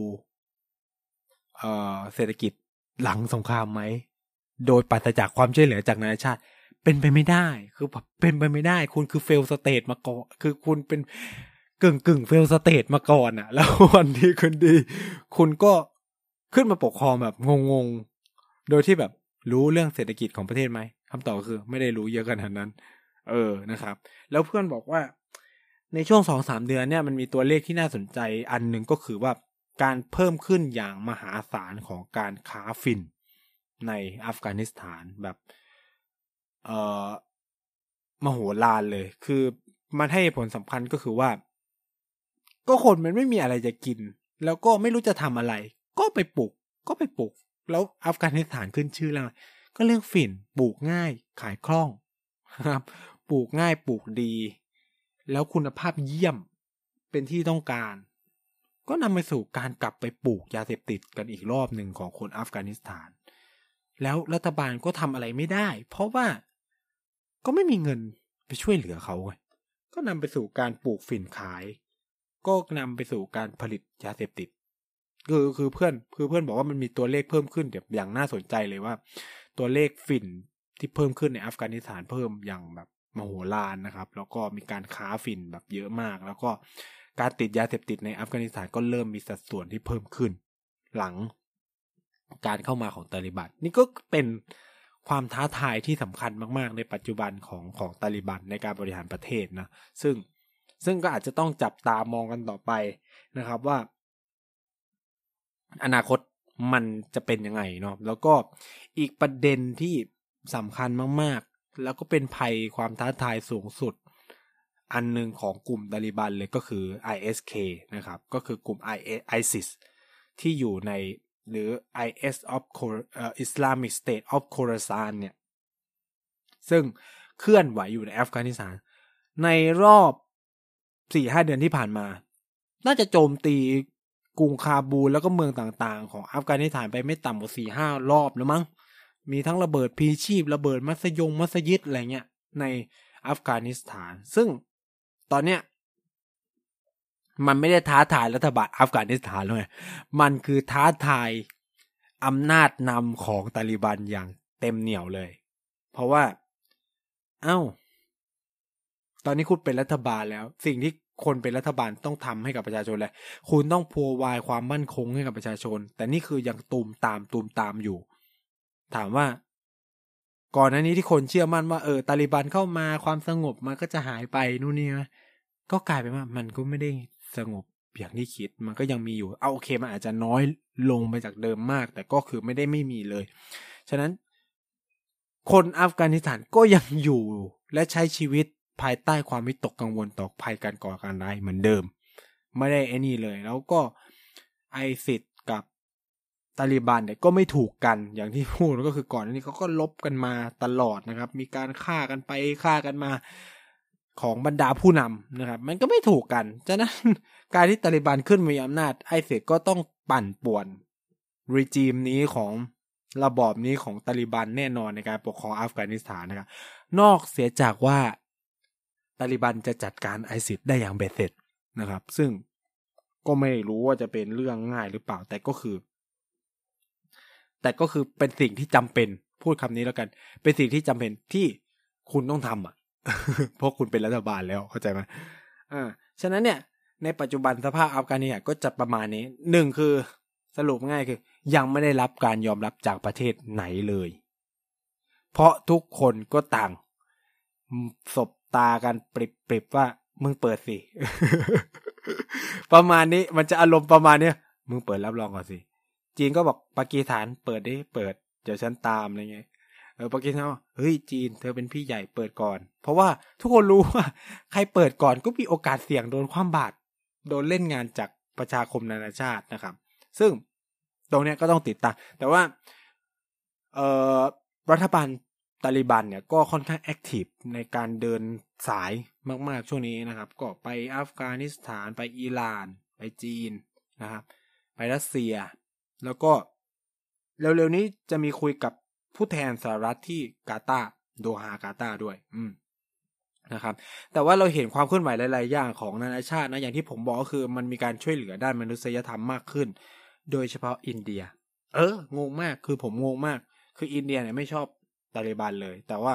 เอ่อเศรษฐกิจหลังสงครามไหมโดยปราศจากความช่วยเหลือจากนานาชาติเป็นไปไม่ได้คือแบบเป็นไปไม่ได้คุณคือเฟลสเตทมาก่อนคือคุณเป็นกึ่งกึ่งเฟลสเตทมาก่อนอ่ะแล้ววันดีคืนดีคุณก็ขึ้นมาปกครองแบบงงๆโดยที่แบบรู้เรื่องเศรษฐกิจของประเทศไหมคำตอบคือไม่ได้รู้เยอะขนาดนั้นเออนะครับแล้วเพื่อนบอกว่าในช่วง สองถึงสาม เดือนเนี่ยมันมีตัวเลขที่น่าสนใจอันนึงก็คือว่าการเพิ่มขึ้นอย่างมหาศาลของการค้าฝิ่นในอัฟกานิสถานแบบเอ่อมโหฬารเลยคือมันให้ผลสำคัญก็คือว่าก็คนมันไม่มีอะไรจะกินแล้วก็ไม่รู้จะทำอะไรก็ไปปลูกก็ไปปลูกแล้วอัฟกานิสถานขึ้นชื่อแล้วก็เรื่องฝิ่นปลูกง่ายขายคล่องครับปลูกง่ายปลูกดีแล้วคุณภาพเยี่ยมเป็นที่ต้องการก็นำไปสู่การกลับไปปลูกยาเสพติดกันอีกรอบหนึ่งของคนอัฟกานิสถานแล้วรัฐบาลก็ทำอะไรไม่ได้เพราะว่าก็ไม่มีเงินไปช่วยเหลือเขาไงก็นำไปสู่การปลูกฝิ่นขายก็นำไปสู่การผลิตยาเสพติดคือคือเพื่อนคือเพื่อนบอกว่ามันมีตัวเลขเพิ่มขึ้นแบบอย่างน่าสนใจเลยว่าตัวเลขฝิ่นที่เพิ่มขึ้นในอัฟกานิสถานเพิ่มอย่างแบบมโหฬารนะครับแล้วก็มีการค้าฝิ่นแบบเยอะมากแล้วก็การติดยาเสพติดในอัฟกานิสถานก็เริ่มมีสัดส่วนที่เพิ่มขึ้นหลังการเข้ามาของตาลิบันนี่ก็เป็นความท้าทายที่สำคัญมากๆในปัจจุบันของของตาลิบันในการบริหารประเทศนะซึ่งซึ่งก็อาจจะต้องจับตามองกันต่อไปนะครับว่าอนาคตมันจะเป็นยังไงเนาะแล้วก็อีกประเด็นที่สำคัญมากๆแล้วก็เป็นภัยความท้าทายสูงสุดอันนึงของกลุ่มตาลิบันเลยก็คือ ไอ เอส เค นะครับก็คือกลุ่ม ไอ ซิส ที่อยู่ในหรือ ไอ เอส of Islamic State of Khorasan เนี่ยซึ่งเคลื่อนไหวอยู่ในอัฟกานิสถานในรอบ สี่ถึงห้า เดือนที่ผ่านมาน่าจะโจมตีกรุงคาบูลแล้วก็เมืองต่างๆของอัฟกานิสถานไปไม่ต่ำกว่า สี่ถึงห้า รอบแล้วมั้งมีทั้งระเบิดพลีชีพระเบิดมัสยงมัสยิดอะไรเงี้ยในอัฟกานิสถานซึ่งตอนเนี้ยมันไม่ได้ท้าทายรัฐบาลอัฟกานิสถานเลยมันคือท้าทายอำนาจนำของตาลิบันอย่างเต็มเหนี่ยวเลยเพราะว่าเอ้าตอนนี้คุณเป็นรัฐบาลแล้วสิ่งที่คนเป็นรัฐบาลต้องทำให้กับประชาชนเลยคุณต้องพัววายความมั่นคงให้กับประชาชนแต่นี่คือยังตูมตามตูมตามอยู่ถามว่าก่อนหน้านี้ที่คนเชื่อมั่นว่าเออตาลิบันเข้ามาความสงบมันก็จะหายไปนู่นนี่นะก็กลายเป็นว่ามันก็ไม่ได้สงบอย่างที่คิดมันก็ยังมีอยู่เอาโอเคมันอาจจะน้อยลงไปจากเดิมมากแต่ก็คือไม่ได้ไม่มีเลยฉะนั้นคนอัฟกานิสถานก็ยังอยู่และใช้ชีวิตภายใต้ความวิตกกังวลต่อภัยการก่อการร้ายเหมือนเดิมไม่ได้ไอ้นี่เลยแล้วก็ไอซิสกับตาลิบันเนี่ยก็ไม่ถูกกันอย่างที่พูดก็คือก่อนหน้านี้เขาก็ลบกันมาตลอดนะครับมีการฆ่ากันไปฆ่ากันมาของบรรดาผู้นำนะครับมันก็ไม่ถูกกันฉะนั้นการที่ตาลิบันขึ้นมีอำนาจไอซิสก็ต้องปั่นป่วนรีจิมนี้ของระบอบนี้ของตาลิบันแน่นอนในการปกครองอัฟกานิสถานนะครับนอกเสียจากว่าตาลิบันจะจัดการไอซิสได้อย่างเบ็ดเสร็จนะครับซึ่งก็ไม่รู้ว่าจะเป็นเรื่องง่ายหรือเปล่าแต่ก็คือแต่ก็คือเป็นสิ่งที่จำเป็นพูดคำนี้แล้วกันเป็นสิ่งที่จำเป็นที่คุณต้องทำอ่ะ เพราะคุณเป็นรัฐบาลแล้วเข้าใจไหมอ่าฉะนั้นเนี่ยในปัจจุบันสภาพอัฟกานิสถานก็จะประมาณนี้หนึ่งคือสรุปง่ายคือยังไม่ได้รับการยอมรับจากประเทศไหนเลยเพราะทุกคนก็ต่างสบตากันปริบๆว่ามึงเปิดสิ ประมาณนี้มันจะอารมณ์ประมาณนี้มึงเปิดรับรองก่อนสิจีนก็บอกปากีสถานเปิดดิเปิดเดี๋ยวฉันตามอะไรเงี้ยเออปากีสถานเฮ้ยจีนเธอเป็นพี่ใหญ่เปิดก่อนเพราะว่าทุกคนรู้ว่าใครเปิดก่อนก็มีโอกาสเสี่ยงโดนคว่ำบาตรโดนเล่นงานจากประชาคมนานาชาตินะครับซึ่งตรงเนี้ยก็ต้องติดตามแต่ว่าเอ่อรัฐบาลตาลิบันเนี่ยก็ค่อนข้างแอคทีฟในการเดินสายมากๆช่วงนี้นะครับก็ไปอัฟกานิสถานไปอิหร่านไปจีนนะครับไปรัสเซียแล้วก็เร็วๆนี้จะมีคุยกับผู้แทนสหรัฐที่กาตาร์โดฮากาตาร์ด้วยอืมนะครับแต่ว่าเราเห็นความเคลื่อนไหวหลายๆอย่างของนานาชาตินะอย่างที่ผมบอกก็คือมันมีการช่วยเหลือด้านมนุษยธรรมมากขึ้นโดยเฉพาะอินเดียเอองงมากคือผมงงมากคืออินเดียเนี่ยไม่ชอบตาลิบันเลยแต่ว่า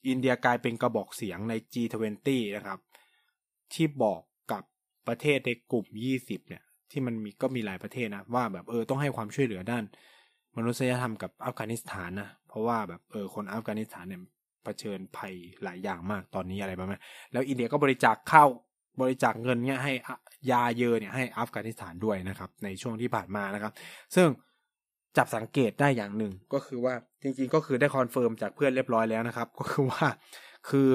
อินเดียกลายเป็นกระบอกเสียงใน จี ยี่สิบ นะครับที่บอกกับประเทศในกลุ่มยี่สิบเนี่ยที่มันมีก็มีหลายประเทศนะว่าแบบเออต้องให้ความช่วยเหลือด้านมนุษยธรรมกับอัฟกานิสถานนะเพราะว่าแบบเออคนอัฟกานิสถานเนี่ยเผชิญภัยหลายอย่างมากตอนนี้อะไรประมาณแล้วอินเดียก็บริจาคเข้าบริจาคเงินเนี่ยให้ยาเยอะเนี่ยให้อัฟกานิสถานด้วยนะครับในช่วงที่ผ่านมานะครับซึ่งจับสังเกตได้อย่างหนึ่งก็คือว่าจริงๆก็คือได้คอนเฟิร์มจากเพื่อนเรียบร้อยแล้วนะครับก็คือว่าคือ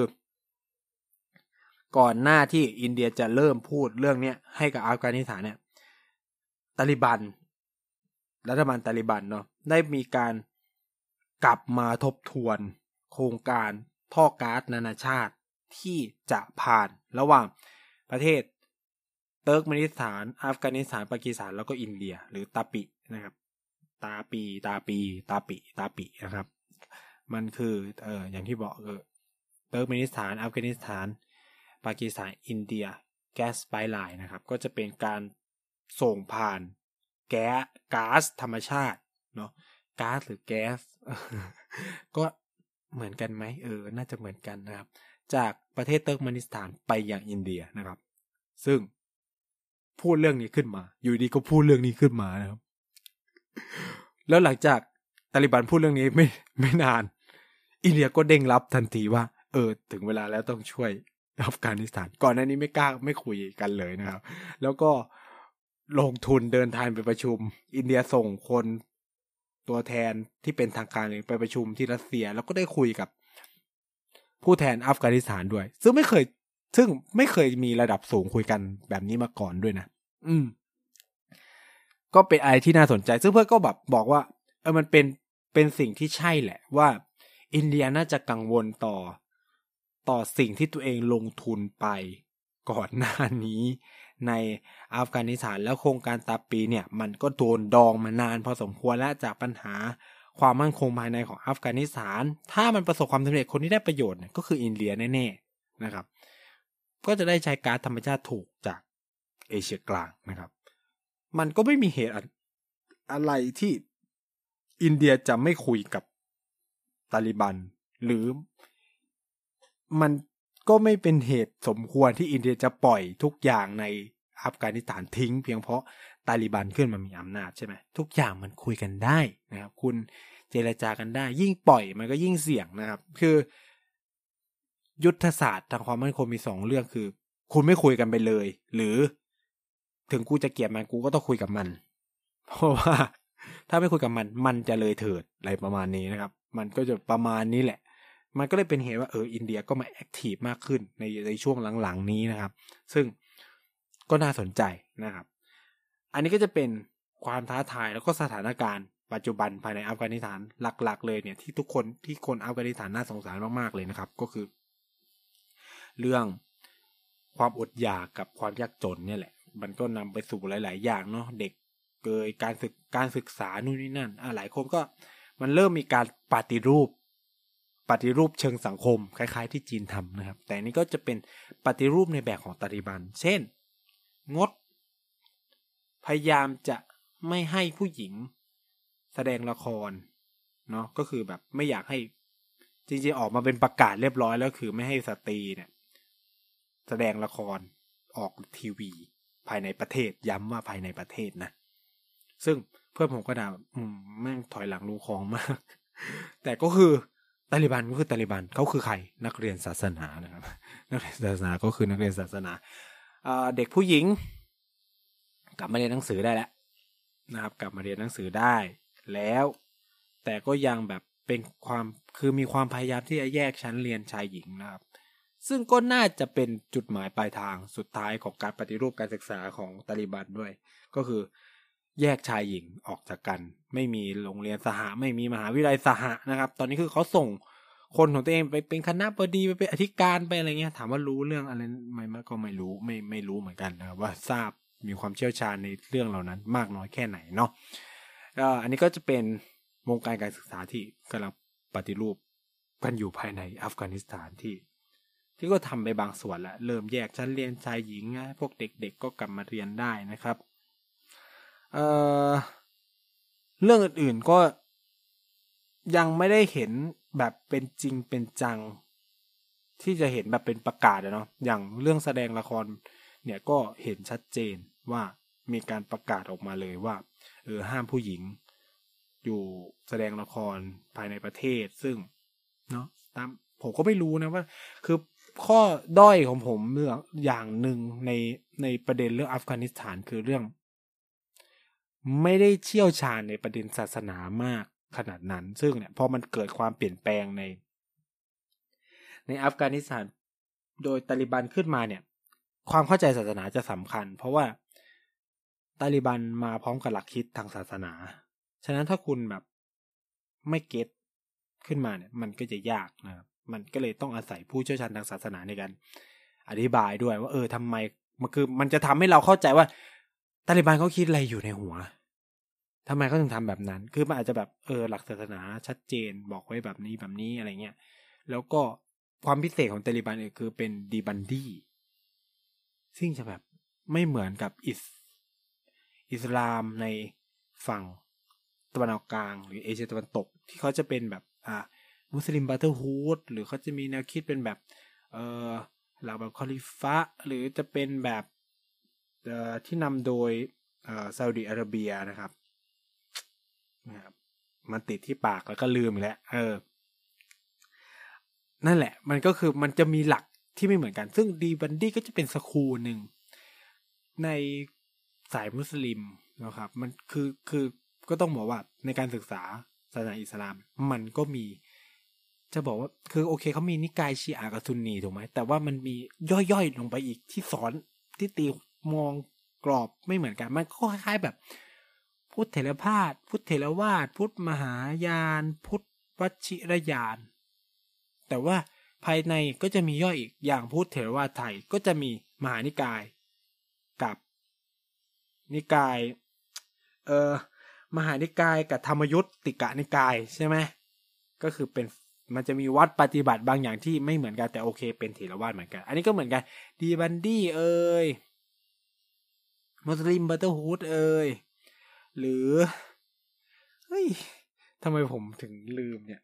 ก่อนหน้าที่อินเดียจะเริ่มพูดเรื่องนี้ให้กับอัฟกานิสถานเนี่ยตาลิบันรัฐบาลตาลิบันเนาะได้มีการกลับมาทบทวนโครงการท่อก๊าซนานาชาติที่จะผ่านระหว่างประเทศเติร์กเมนิสถานอัฟกานิสถานปากีสถานแล้วก็อินเดียหรือตาปินะครับตาปีตาปีตาปิตาปินะครับมันคือเอ่ออย่างที่บอกเออเติร์กเมนิสถานอัฟกานิสถานปากีสถานอินเดียแก๊สไพป์ไลน์นะครับก็จะเป็นการส่งผ่านแก๊สก๊าซธรรมชาติเนาะก๊าซหรือแก๊ส ก็เหมือนกันไหมเออน่าจะเหมือนกันนะครับจากประเทศเติร์กเมนิสถานไปยังอินเดียนะครับซึ่งพูดเรื่องนี้ขึ้นมาอยู่ดีก็พูดเรื่องนี้ขึ้นมานะครับแล้วหลังจากตาลิบันพูดเรื่องนี้ไม่ไม่นานอินเดียก็เด้งรับทันทีว่าเออถึงเวลาแล้วต้องช่วยอัฟกานิสถานก่อนหน้านี้ไม่กล้าไม่คุยกันเลยนะครับแล้วก็ลงทุนเดินทางไปประชุมอินเดียส่งคนตัวแทนที่เป็นทางการไปประชุมที่รัสเซียแล้วก็ได้คุยกับผู้แทนอัฟกานิสถานด้วยซึ่งไม่เคยซึ่งไม่เคยมีระดับสูงคุยกันแบบนี้มาก่อนด้วยนะอืมก็เป็นอะไรที่น่าสนใจซึ่งเพื่อนก็แบบบอกว่าเออมันเป็นเป็นสิ่งที่ใช่แหละว่าอินเดียน่าจะกังวลต่อต่อสิ่งที่ตัวเองลงทุนไปก่อนหน้านี้ในอัฟกานิสถานแล้วโครงการตาปีเนี่ยมันก็โดนดองมานานพอสมควรและจากปัญหาความมั่นคงภายในของอัฟกานิสถานถ้ามันประสบความสำเร็จคนที่ได้ประโยชน์เนี่ยก็คืออินเดียแน่ๆนะครับก็จะได้ใช้ก๊าซธรรมชาติถูกจากเอเชียกลางนะครับมันก็ไม่มีเหตุอะไรที่อินเดียจะไม่คุยกับตาลิบันหรือมันก็ไม่เป็นเหตุสมควรที่อินเดียจะปล่อยทุกอย่างในอัฟกานิสถานทิ้งเพียงเพราะตาลิบันขึ้นมามีอำนาจใช่ไหมทุกอย่างมันคุยกันได้นะครับคุณเจรจากันได้ยิ่งปล่อยมันก็ยิ่งเสี่ยงนะครับคือยุทธศาสตร์ทางความมั่นคงมีสองเรื่องคือคุณไม่คุยกันไปเลยหรือถึงกูจะเกลียดมันกูก็ต้องคุยกับมันเพราะว่าถ้าไม่คุยกับมันมันจะเลยเถิดอะไรประมาณนี้นะครับมันก็จะประมาณนี้แหละมันก็เลยเป็นเหตุว่าเอออินเดียก็มาแอคทีฟมากขึ้นในในช่วงหลังๆนี้นะครับซึ่งก็น่าสนใจนะครับอันนี้ก็จะเป็นความท้าทายแล้วก็สถานการณ์ปัจจุบันภายในอัฟกานิสถานหลักๆเลยเนี่ยที่ทุกคนที่คนอัฟกานิสถานน่าสงสารมากๆเลยนะครับก็คือเรื่องความอดอยากกับความยากจนเนี่ยแหละมันก็นำไปสู่หลายๆอย่างเนาะเด็กเกิดการศึกการศึกษานู่นนี่นั่นอ่ะหลายคนก็มันเริ่มมีการปฏิรูปปฏิรูปเชิงสังคมคล้ายๆที่จีนทำนะครับแต่นี่ก็จะเป็นปฏิรูปในแบบของตาลิบันเช่นงดพยายามจะไม่ให้ผู้หญิงแสดงละครเนาะก็คือแบบไม่อยากให้จริงๆออกมาเป็นประกาศเรียบร้อยแล้วคือไม่ให้สตรีเนี่ยแสดงละครออกทีวีภายในประเทศย้ำว่าภายในประเทศนะซึ่งเพื่อนผมก็ด่าอืมแม่งถอยหลังรูคลองมากแต่ก็คือตาลิบันก็คือตาลิบันเขาคือใครนักเรียนศาสนานะครับนักเรียนศาสนาก็คือนักเรียนศาสนาเด็กผู้หญิงกลับมาเรียนหนังสือได้แล้วนะครับกลับมาเรียนหนังสือได้แล้วแต่ก็ยังแบบเป็นความคือมีความพยายามที่จะแยกชั้นเรียนชายหญิงนะครับซึ่งก็น่าจะเป็นจุดหมายปลายทางสุดท้ายของการปฏิรูปการศึกษาของตาลิบันด้วยก็คือแยกชายหญิงออกจากกันไม่มีโรงเรียนสหไม่มีมหาวิทยาลัยสหนะครับตอนนี้คือเขาส่งคนของตัวเองไปเป็นคณบดีไปเป็นอธิการไปอะไรเงี้ยถามว่ารู้เรื่องอะไรไหมก็ไม่รู้ไม่ไม่รู้เหมือนกันนะครับว่าทราบมีความเชี่ยวชาญในเรื่องเหล่านั้นมากน้อยแค่ไหนเนาะอันนี้ก็จะเป็นวงการการศึกษาที่กำลังปฏิรูปกันอยู่ภายในอัฟกานิสถานที่ที่ก็ทำไปบางส่วนแล้วเริ่มแยกชั้นเรียนชายหญิงพวกเด็กๆก็กลับมาเรียนได้นะครับเอ่อเรื่องอื่นๆก็ยังไม่ได้เห็นแบบเป็นจริงเป็นจังที่จะเห็นแบบเป็นประกาศเนาะอย่างเรื่องแสดงละครเนี่ยก็เห็นชัดเจนว่ามีการประกาศออกมาเลยว่าเออห้ามผู้หญิงอยู่แสดงละครภายในประเทศซึ่งเนาะตามผมก็ไม่รู้นะว่าคือข้อด้อยของผมเรื่องอย่างหนึ่งในในประเด็นเรื่องอัฟกานิสถานคือเรื่องไม่ได้เชี่ยวชาญในประเด็นศาสนามากขนาดนั้นซึ่งเนี่ยพอมันเกิดความเปลี่ยนแปลงในในอัฟกานิสถานโดยตาลิบันขึ้นมาเนี่ยความเข้าใจศาสนาจะสำคัญเพราะว่าตาลิบันมาพร้อมกับหลักคิดทางศาสนาฉะนั้นถ้าคุณแบบไม่เก็ตขึ้นมาเนี่ยมันก็จะยากนะครับมันก็เลยต้องอาศัยผู้เชี่ยวชาญทางศาสนาในการอธิบายด้วยว่าเออทำไมมันคือมันจะทำให้เราเข้าใจว่าตาลิบันเขาคิดอะไรอยู่ในหัวทำไมเขาถึงทำแบบนั้นคือมันอาจจะแบบเออหลักศาสนาชัดเจนบอกไว้แบบนี้แบบนี้อะไรเงี้ยแล้วก็ความพิเศษของตาลิบันเนี่ยคือเป็นดีบันดี้ซึ่งจะแบบไม่เหมือนกับอิสอิสลามในฝั่งตะวันออกกลางหรือเอเชียตะวันตกที่เขาจะเป็นแบบอ่ามุสลิมบราเธอร์ฮูดหรือเขาจะมีแนวคิดเป็นแบบเอ่อหลักแบบคอลิฟะหรือจะเป็นแบบเอ่อที่นำโดยเอ่อซาอุดิอาระเบียนะครับนะครับมันติดที่ปากแล้วก็ลืมแล้วเออนั่นแหละมันก็คือมันจะมีหลักที่ไม่เหมือนกันซึ่งดีบันดี้ก็จะเป็นสคูลหนึ่งในสายมุสลิมนะครับมันคือคือก็ต้องบอกว่าในการศึกษาศาสนาอิสลามมันก็มีจะบอกว่าคือโอเคเขามีนิกายชีอะห์กับซุนนีถูกไหมแต่ว่ามันมีย่อยๆลงไปอีกที่สอนที่ตีมองกรอบไม่เหมือนกันมันก็คล้ายๆแบบพุทธเถรพาสพุทธเถรวาทพุทธมหายานพุทธวชิรยานแต่ว่าภายในก็จะมีย่อยอีกอย่างพุทธเถรวาทไทยก็จะมีมหานิกายกับนิกายเอ่อมหานิกายกับธรรมยุตติกนิกายใช่ไหมก็คือเป็นมันจะมีวัดปฏิบัติบางอย่างที่ไม่เหมือนกันแต่โอเคเป็นเถรวาทเหมือนกันอันนี้ก็เหมือนกันดีบันดี้เอ่ยมุสลิมบราเธอร์ฮูดเอ่ยหรือเฮ้ยทำไมผมถึงลืมเนี่ย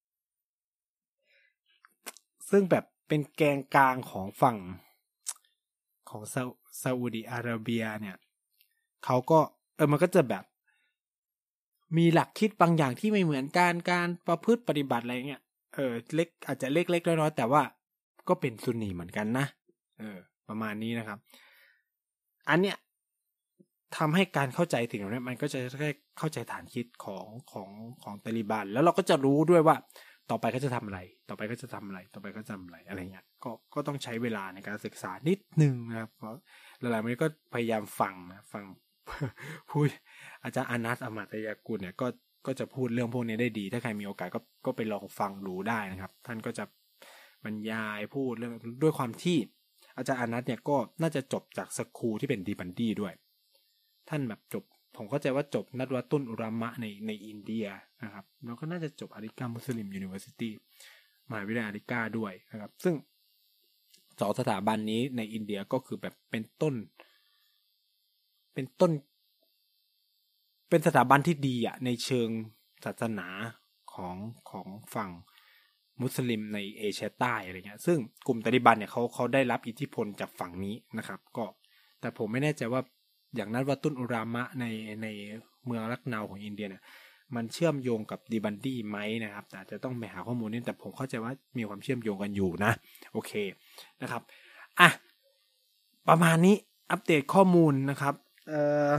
ซึ่งแบบเป็นแกนกลางของฝั่งของซาซาอุดิอาระเบียเนี่ยเขาก็เออมันก็จะแบบมีหลักคิดบางอย่างที่ไม่เหมือนกันการประพฤติปฏิบัติอะไรเงี้ยเออเล็กอาจจะเล็กๆน้อยๆแต่ว่าก็เป็นซุนนีเหมือนกันนะเออประมาณนี้นะครับอันเนี้ยทำให้การเข้าใจถึงตรงนี้มันก็จะได้เข้าใจฐานคิดของของของตาลิบันแล้วเราก็จะรู้ด้วยว่าต่อไปก็จะทำอะไรต่อไปก็จะทำอะไรต่อไปก็จะทำอะไรอะไรเงี้ยก็ก็ต้องใช้เวลาในการศึกษานิดนึงนะครับเพราะหลายๆคนก็พยายามฟังนะฟังพูดอาจารย์อนัส อมาตยกุลเนี่ยก็ก็จะพูดเรื่องพวกนี้ได้ดีถ้าใครมีโอกาสก็ก็ไปลองฟังดูได้นะครับท่านก็จะบรรยายพูดเรื่องด้วยความที่อาจารย์อนัสเนี่ยก็น่าจะจบจากสคูลที่เป็นดีบันดี้ด้วยท่านแบบจบผมเข้าใจว่าจบนัดวะตุนอุรามะในในอินเดียนะครับแล้วก็น่าจะจบอาริกามุสลิมยูนิเวอร์ซิตี้มหาวิทยาลัยอาริกาด้วยนะครับซึ่งสองสถาบันนี้ในอินเดียก็คือแบบเป็นต้นเป็นต้นเป็นสถาบันที่ดีอ่ะในเชิงศาสนาของของฝั่งมุสลิมในเอเชียใต้อะไรเงี้ยซึ่งกลุ่มตาลิบันเนี่ยเขาเขาได้รับอิทธิพลจากฝั่งนี้นะครับก็แต่ผมไม่แน่ใจว่าอย่างนัดวะตุนอุรามะในในเมืองลักเนาของอินเดียเนี่ยมันเชื่อมโยงกับดีบันดี้ไหมนะครับแต่อาจจะต้องไปหาข้อมูลนี่แต่ผมเข้าใจว่ามีความเชื่อมโยงกันอยู่นะโอเคนะครับอ่ะประมาณนี้อัปเดตข้อมูลนะครับเอ่อ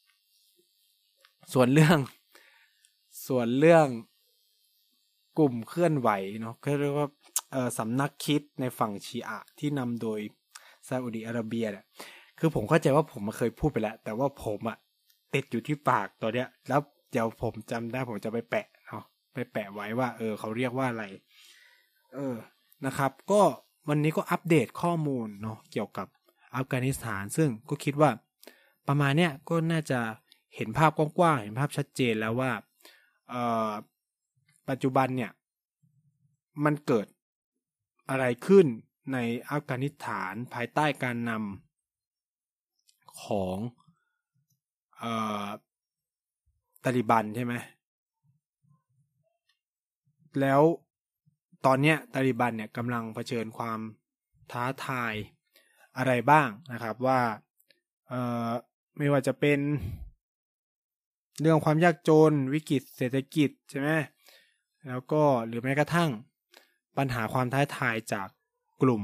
ส่วนเรื่องส่วนเรื่องกลุ่มเคลื่อนไหวเนาะก็เรียกว่าเอ่อสำนักคิดในฝั่งชีอะห์ที่นำโดยซาอุดิอาระเบียเนี่ยคือผมเข้าใจว่าผมมาเคยพูดไปแล้วแต่ว่าผมอะติดอยู่ที่ปากตัวเนี้ยแล้วเดี๋ยวผมจำได้ผมจะไปแปะเนาะไปแปะไว้ว่าเออเขาเรียกว่าอะไรเออนะครับก็วันนี้ก็อัปเดตข้อมูลเนาะเกี่ยวกับอัฟกานิสถานซึ่งก็คิดว่าประมาณเนี้ยก็น่าจะเห็นภาพกว้างๆเห็นภาพชัดเจนแล้วว่าเอ่อปัจจุบันเนี่ยมันเกิดอะไรขึ้นในอัฟกานิสถานภายใต้การนำของเอ่อตาลิบันใช่ไหมแล้วตอนเนี้ยตาลิบันเนี่ยกำลังเผชิญความท้าทายอะไรบ้างนะครับว่าเอ่อไม่ว่าจะเป็นเรื่องความยากจนวิกฤตเศรษฐกิจใช่ไหมแล้วก็หรือแม้กระทั่งปัญหาความท้าทายจากกลุ่ม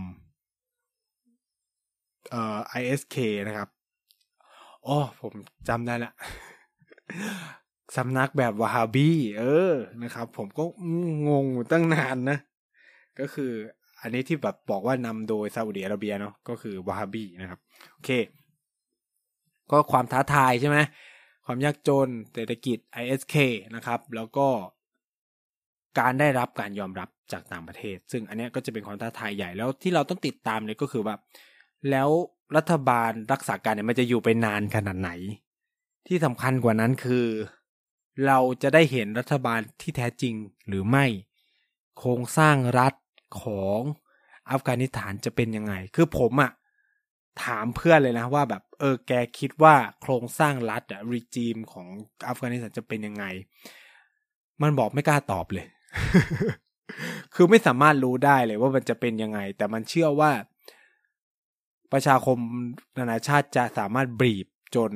เอ่อ ไอ เอส เค นะครับอ๋อผมจำได้ละ สำนักแบบวะฮาบีเออนะครับผมก็งงตั้งนานนะก็คืออันนี้ที่แบบบอกว่านำโดยซาอุดิอาระเบียเนาะก็คือวะฮาบีนะครับโอเคก็ความท้าทายใช่ไหมความยากจนเศรษฐกิจ ไอ เอส เค นะครับแล้วก็การได้รับการยอมรับจากต่างประเทศซึ่งอันนี้ก็จะเป็นความท้าทายใหญ่แล้วที่เราต้องติดตามเลยก็คือว่าแล้วรัฐบาลรักษาการเนี่ยมันจะอยู่ไปนานขนาดไหนที่สำคัญกว่านั้นคือเราจะได้เห็นรัฐบาลที่แท้จริงหรือไม่โครงสร้างรัฐของอัฟกานิสถานจะเป็นยังไงคือผมอะถามเพื่อนเลยนะว่าแบบเออแกคิดว่าโครงสร้างรัฐอะรีจีมของอัฟกานิสถานจะเป็นยังไงมันบอกไม่กล้าตอบเลย คือไม่สามารถรู้ได้เลยว่ามันจะเป็นยังไงแต่มันเชื่อว่าประชาคมนานาชาติจะสามารถบีบจน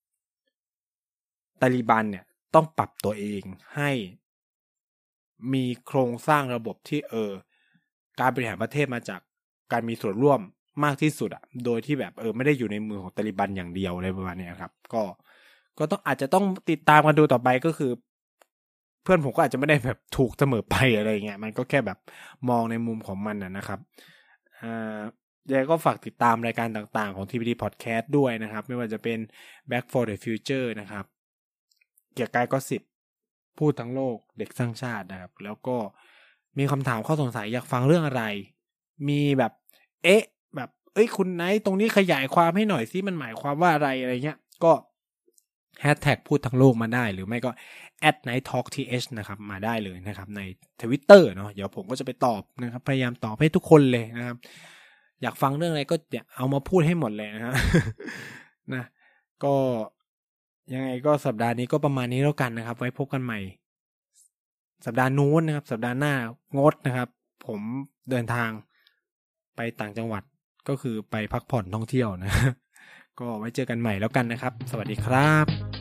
ตาลิบันเนี่ยต้องปรับตัวเองให้มีโครงสร้างระบบที่เออการบริหารประเทศมาจากการมีส่วนร่วมมากที่สุดอะโดยที่แบบเออไม่ได้อยู่ในมือของตาลิบันอย่างเดียวอะไรประมาณนี้ครับก็ก็ต้องอาจจะต้องติดตามกันดูต่อไปก็คือเพื่อนผมก็อาจจะไม่ได้แบบถูกเสมอไปอะไรเงี้ยมันก็แค่แบบมองในมุมของมันนะครับอ่ายังไงก็ฝากติดตามรายการต่างๆของ ที พี ดี Podcast ด้วยนะครับไม่ว่าจะเป็น Back for the Future นะครับเกียร์กายก็สิบพูดทั้งโลกเด็กสร้างชาตินะครับแล้วก็มีคำถามข้อสงสัยอยากฟังเรื่องอะไรมีแบบเอ๊ะแบบเอ้ยคุณไนท์ตรงนี้ขยายความให้หน่อยสิมันหมายความว่าอะไรอะไรเงี้ยก็แฮชแท็กพูดทั้งโลกมาได้หรือไม่ก็ แอท ไนท์ทอล์ก ที เอช นะครับมาได้เลยนะครับใน Twitter เนาะเดี๋ยวผมก็จะไปตอบนะครับพยายามตอบให้ทุกคนเลยนะครับอยากฟังเรื่องอะไรก็เนี่ยเอามาพูดให้หมดเลยนะฮะ นะก็ยังไงก็สัปดาห์นี้ก็ประมาณนี้แล้วกันนะครับไว้พบกันใหม่สัปดาห์นู้นนะครับสัปดาห์หน้างดนะครับผมเดินทางไปต่างจังหวัดก็คือไปพักผ่อนท่องเที่ยวนะ ก็ไว้เจอกันใหม่แล้วกันนะครับสวัสดีครับ